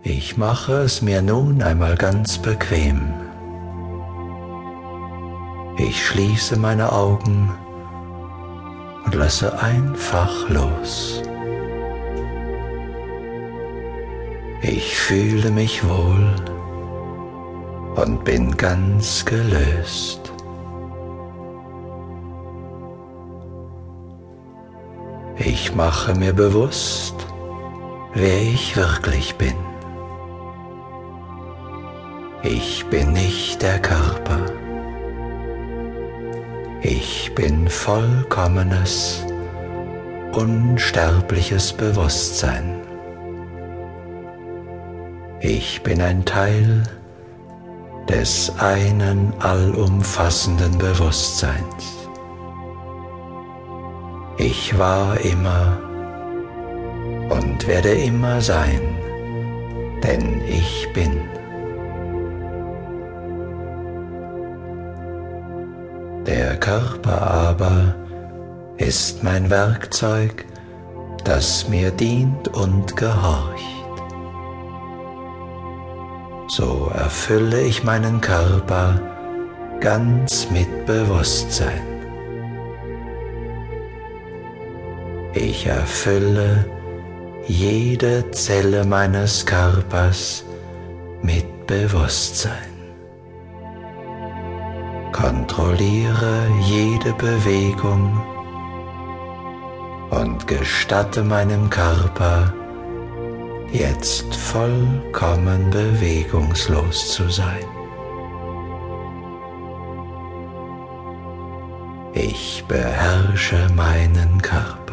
Ich mache es mir nun einmal ganz bequem. Ich schließe meine Augen und lasse einfach los. Ich fühle mich wohl und bin ganz gelöst. Ich mache mir bewusst, wer ich wirklich bin. Ich bin nicht der Körper. Ich bin vollkommenes, unsterbliches Bewusstsein. Ich bin ein Teil des einen allumfassenden Bewusstseins. Ich war immer und werde immer sein, denn ich bin. Der Körper aber ist mein Werkzeug, das mir dient und gehorcht. So erfülle ich meinen Körper ganz mit Bewusstsein. Ich erfülle jede Zelle meines Körpers mit Bewusstsein. Kontrolliere jede Bewegung und gestatte meinem Körper, jetzt vollkommen bewegungslos zu sein. Ich beherrsche meinen Körper.